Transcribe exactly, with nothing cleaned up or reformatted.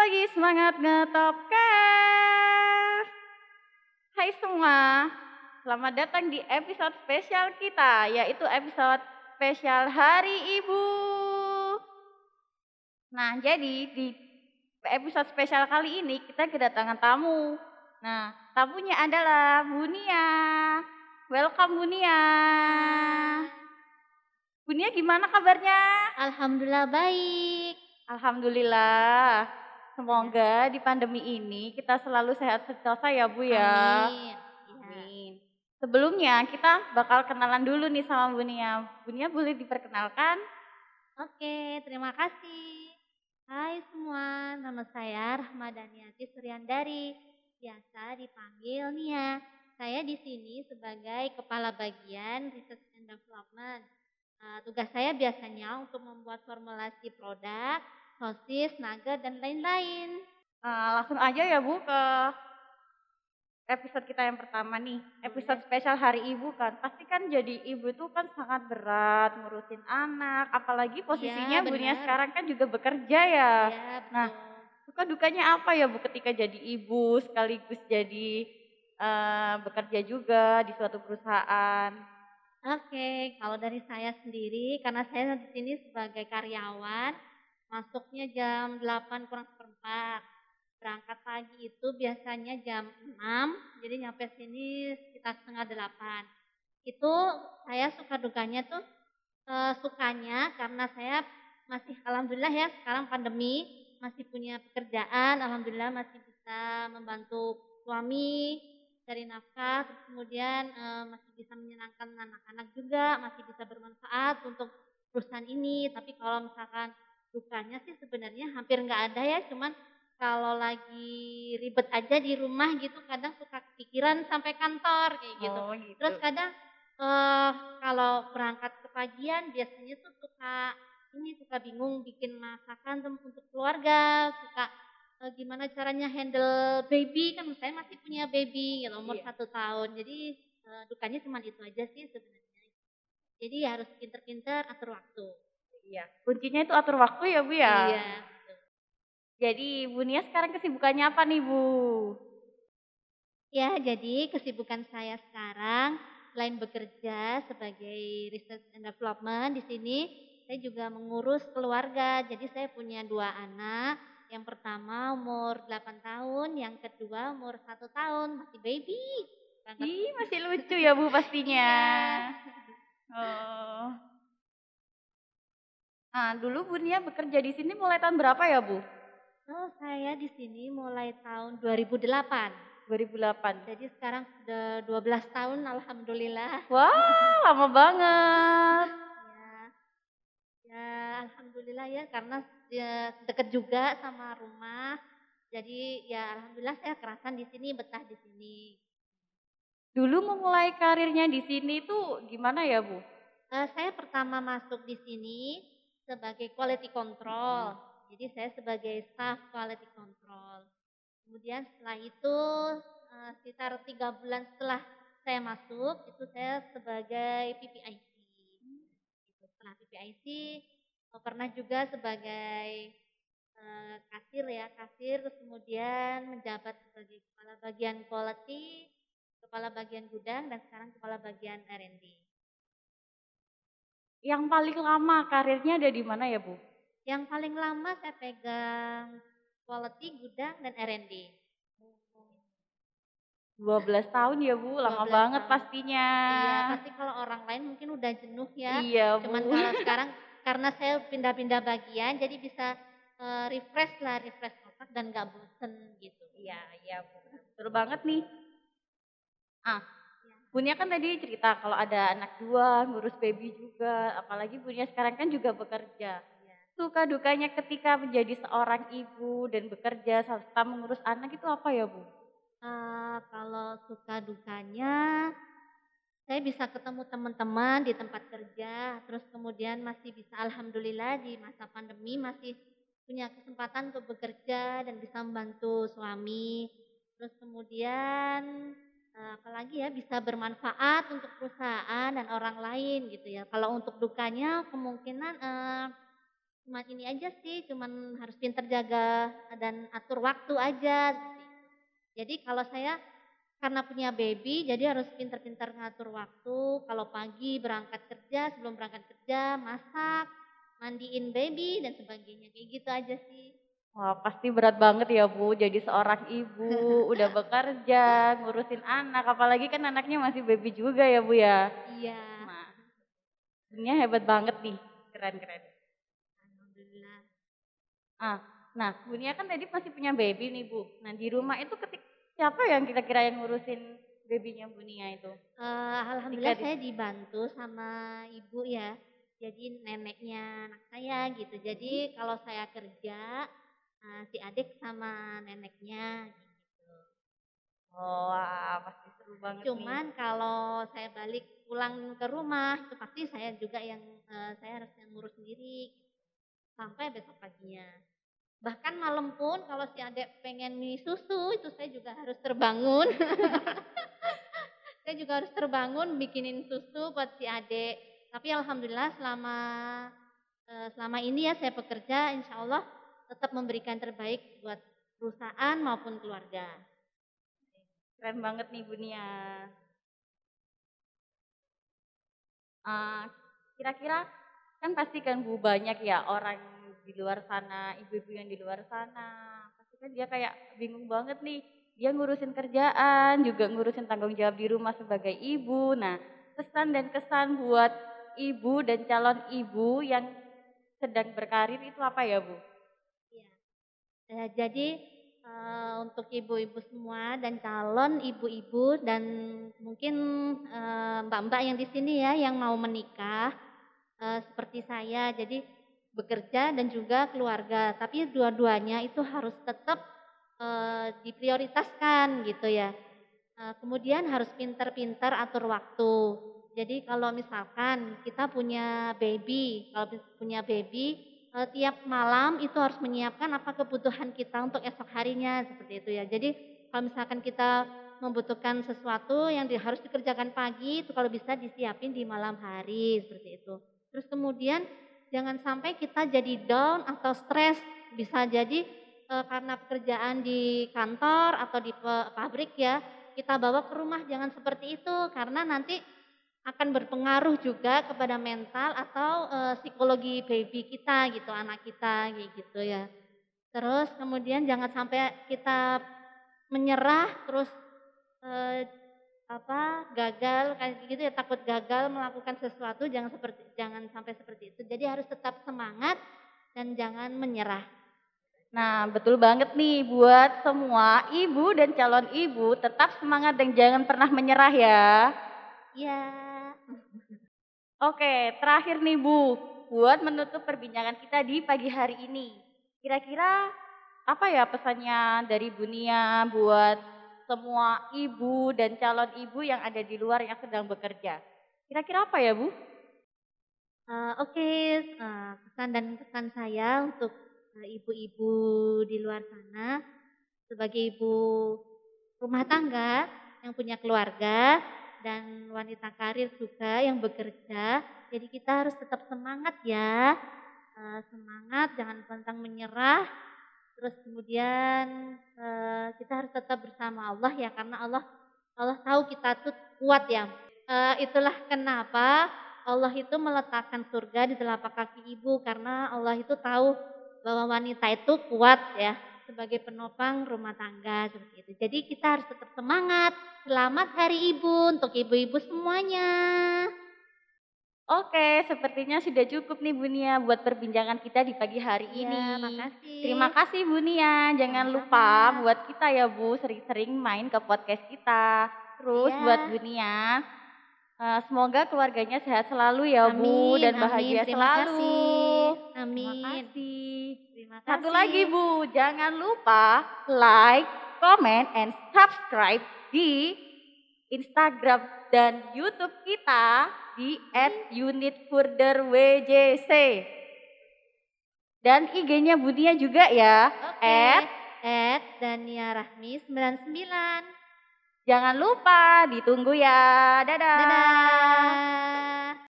lagi semangat ngetopcast. Hai semua, selamat datang di episode spesial kita, yaitu episode spesial Hari Ibu. Nah, jadi di episode spesial kali ini kita kedatangan tamu. Nah, tamunya adalah Bu Nia. Welcome Bu Nia. Bu Nia gimana kabarnya? Alhamdulillah baik. Alhamdulillah. Semoga di pandemi ini kita selalu sehat sentosa ya Bu ya. Amin. Ya. Amin. Sebelumnya kita bakal kenalan dulu nih sama Bu Nia. Bu Nia boleh diperkenalkan? Oke, terima kasih. Hai semua, nama saya Rahmadaniati Suryandari. Biasa dipanggil Nia. Saya di sini sebagai Kepala Bagian Research and Development. Uh, tugas saya biasanya untuk membuat formulasi produk, sosis, nugget, dan lain-lain. Nah, langsung aja ya Bu ke episode kita yang pertama nih. Episode spesial Hari Ibu kan. Pasti kan jadi ibu itu kan sangat berat ngurusin anak. Apalagi posisinya Ya, Bu Nia benar. sekarang kan juga bekerja ya. Ya, betul. Nah, suka dukanya apa ya Bu ketika jadi ibu sekaligus jadi uh, bekerja juga di suatu perusahaan? Oke, kalau dari saya sendiri, karena saya di sini sebagai karyawan, masuknya jam delapan kurang seperempat. Berangkat pagi itu biasanya jam enam, jadi nyampe sini sekitar setengah delapan. Itu saya suka dukanya tuh, eh, sukanya karena saya masih alhamdulillah ya sekarang pandemi, masih punya pekerjaan, alhamdulillah masih bisa membantu suami cari nafkah, terus kemudian eh, masih bisa menyenangkan anak-anak juga, masih bisa bermanfaat untuk perusahaan ini. Tapi kalau misalkan dukanya sih sebenarnya hampir nggak ada ya, cuman kalau lagi ribet aja di rumah gitu, kadang suka kepikiran sampai kantor kayak gitu. Oh gitu. Terus kadang eh kalau berangkat ke pagian biasanya tuh suka ini suka bingung bikin masakan tuh untuk keluarga, suka eh, gimana caranya handle baby, kan saya masih punya baby gitu, umur Iya. satu tahun. Jadi eh, dukanya cuma itu aja sih sebenarnya. Jadi harus pinter-pinter atur waktu. Iya. Kuncinya itu atur waktu ya Bu ya. Iya. Betul. Jadi Bu Nia sekarang kesibukannya apa nih Bu? Ya, jadi kesibukan saya sekarang selain bekerja sebagai research and development di sini, saya juga mengurus keluarga. Jadi saya punya dua anak. Yang pertama umur delapan tahun, yang kedua umur satu tahun, masih baby banget. Ih, masih lucu ya Bu pastinya. Iya. Oh. Nah, dulu Bu Nia bekerja di sini mulai tahun berapa ya Bu? Oh, saya di sini mulai tahun dua ribu delapan. dua ribu delapan. Jadi sekarang sudah dua belas tahun, alhamdulillah. Wah, lama banget. Ya, ya alhamdulillah ya karena ya, deket juga sama rumah. Jadi ya alhamdulillah saya kerasan di sini, betah di sini. Dulu memulai karirnya di sini tuh gimana ya Bu? Eh, saya pertama masuk di sini sebagai quality control. Jadi saya sebagai staff quality control. Kemudian setelah itu eh, sekitar tiga bulan setelah saya masuk itu saya sebagai P P I C. Gitu. Setelah P P I C eh, pernah juga sebagai eh, kasir ya kasir, terus kemudian menjabat sebagai kepala bagian quality, kepala bagian gudang, dan sekarang kepala bagian R and D. Yang paling lama karirnya ada di mana ya Bu? Yang paling lama saya pegang quality, gudang, dan R and D. dua belas tahun ya Bu, lama dua belas banget tahun. pastinya. Iya, pasti kalau orang lain mungkin udah jenuh ya. Iya Bu. Cuman kalau sekarang karena saya pindah-pindah bagian, jadi bisa eh, refresh lah, refresh otak dan gak bosen gitu. Iya, iya Bu. Betul banget nih. Ah, Ya. Bu Nia kan tadi cerita kalau ada anak dua, ngurus baby juga. Apalagi Bu Nia sekarang kan juga bekerja. Ya. Suka dukanya ketika menjadi seorang ibu dan bekerja serta mengurus anak itu apa ya Bu? Eh, kalau suka dukanya, saya bisa ketemu teman-teman di tempat kerja, terus kemudian masih bisa alhamdulillah di masa pandemi masih punya kesempatan untuk bekerja dan bisa membantu suami. Terus kemudian eh, apalagi ya bisa bermanfaat untuk perusahaan dan orang lain gitu ya. Kalau untuk dukanya kemungkinan eh, Cuman ini aja sih, cuman harus pintar jaga dan atur waktu aja. Jadi kalau saya karena punya baby, jadi harus pintar-pintar ngatur waktu. Kalau pagi berangkat kerja, sebelum berangkat kerja, masak, mandiin baby dan sebagainya. Kayak gitu aja sih. Wah, pasti berat banget ya Bu, jadi seorang ibu, udah bekerja, ngurusin anak, apalagi kan anaknya masih baby juga ya Bu ya. Iya, Nah, Bunia hebat banget nih, keren-keren. alhamdulillah. Ah, nah Bunia kan tadi masih punya baby nih Bu. Nah di rumah itu ketik siapa yang kira-kira yang ngurusin babynya Bunia itu? Eh, Ketika alhamdulillah di, saya dibantu sama ibu ya. Jadi neneknya anak saya gitu. Jadi kalau saya kerja, eh, si adik sama neneknya gitu. oh wah, pasti seru banget nih. Cuman kalau saya balik pulang ke rumah itu pasti saya juga yang eh, saya harus yang ngurus sendiri sampai besok paginya. Bahkan malam pun kalau si adik pengen minum susu itu saya juga harus terbangun. Saya juga harus terbangun bikinin susu buat si adik. Tapi alhamdulillah selama eh, selama ini ya saya bekerja, insya Allah tetap memberikan terbaik buat perusahaan maupun keluarga. Keren banget nih Bunia. Ah, kira-kira kan pasti kan Bu banyak ya orang di luar sana, ibu-ibu yang di luar sana. Pasti kan dia kayak bingung banget nih. Dia ngurusin kerjaan, juga ngurusin tanggung jawab di rumah sebagai ibu. Nah, pesan dan kesan buat ibu dan calon ibu yang sedang berkarir itu apa ya Bu? Iya. Eh, jadi eh, untuk ibu-ibu semua dan calon ibu-ibu dan mungkin eh, mbak-mbak yang di sini ya yang mau menikah eh, seperti saya, jadi bekerja dan juga keluarga. Tapi dua-duanya itu harus tetap eh, diprioritaskan gitu ya. Eh, kemudian harus pintar-pintar atur waktu. Jadi kalau misalkan kita punya baby, kalau punya baby, eh, tiap malam itu harus menyiapkan apa kebutuhan kita untuk esok harinya seperti itu ya. Jadi kalau misalkan kita membutuhkan sesuatu yang di- harus dikerjakan pagi, itu kalau bisa disiapin di malam hari seperti itu. Terus kemudian jangan sampai kita jadi down atau stres. Bisa jadi eh, karena pekerjaan di kantor atau di pe- pabrik ya, kita bawa ke rumah jangan seperti itu karena nanti akan berpengaruh juga kepada mental atau eh, psikologi baby kita gitu, anak kita kayak gitu ya. Terus kemudian jangan sampai kita menyerah terus eh, apa gagal kayak gitu ya, takut gagal melakukan sesuatu, jangan seperti jangan sampai seperti itu. Jadi harus tetap semangat dan jangan menyerah. Nah, betul banget nih buat semua ibu dan calon ibu tetap semangat dan jangan pernah menyerah ya. Iya. Oke, terakhir nih Bu, buat menutup perbincangan kita di pagi hari ini. Kira-kira apa ya pesannya dari Bu Nia buat semua ibu dan calon ibu yang ada di luar yang sedang bekerja? Kira-kira apa ya Bu? Eh, Oke, eh, pesan dan pesan saya untuk eh, ibu-ibu di luar sana sebagai ibu rumah tangga yang punya keluarga dan wanita karir juga yang bekerja. Jadi kita harus tetap semangat ya, eh, semangat jangan pantang menyerah. Terus kemudian eh, kita harus tetap bersama Allah ya karena Allah Allah tahu kita tuh kuat ya. Eh, itulah kenapa Allah itu meletakkan surga di telapak kaki ibu karena Allah itu tahu bahwa wanita itu kuat ya sebagai penopang rumah tangga seperti itu. Jadi kita harus tetap semangat. Selamat Hari Ibu untuk ibu-ibu semuanya. Oke, sepertinya sudah cukup nih Bu Nia buat perbincangan kita di pagi hari Ya, ini. Terima makasih. kasih Bu Nia. Jangan Sama-sama. lupa buat kita ya Bu sering-sering main ke podcast kita. Terus buat Iya. Bu Nia, eh, semoga keluarganya sehat selalu ya Bu Amin, dan amin. bahagia Terima selalu. kasih. Terima Amin. kasih. Terima Satu kasih. lagi Bu, jangan lupa like, comment, and subscribe di Instagram dan YouTube kita di at unit further W J C. Dan I G-nya Budia juga ya, Oke. at At Dania Rahmi sembilan puluh sembilan. jangan lupa ditunggu ya. Dadah. Dadah.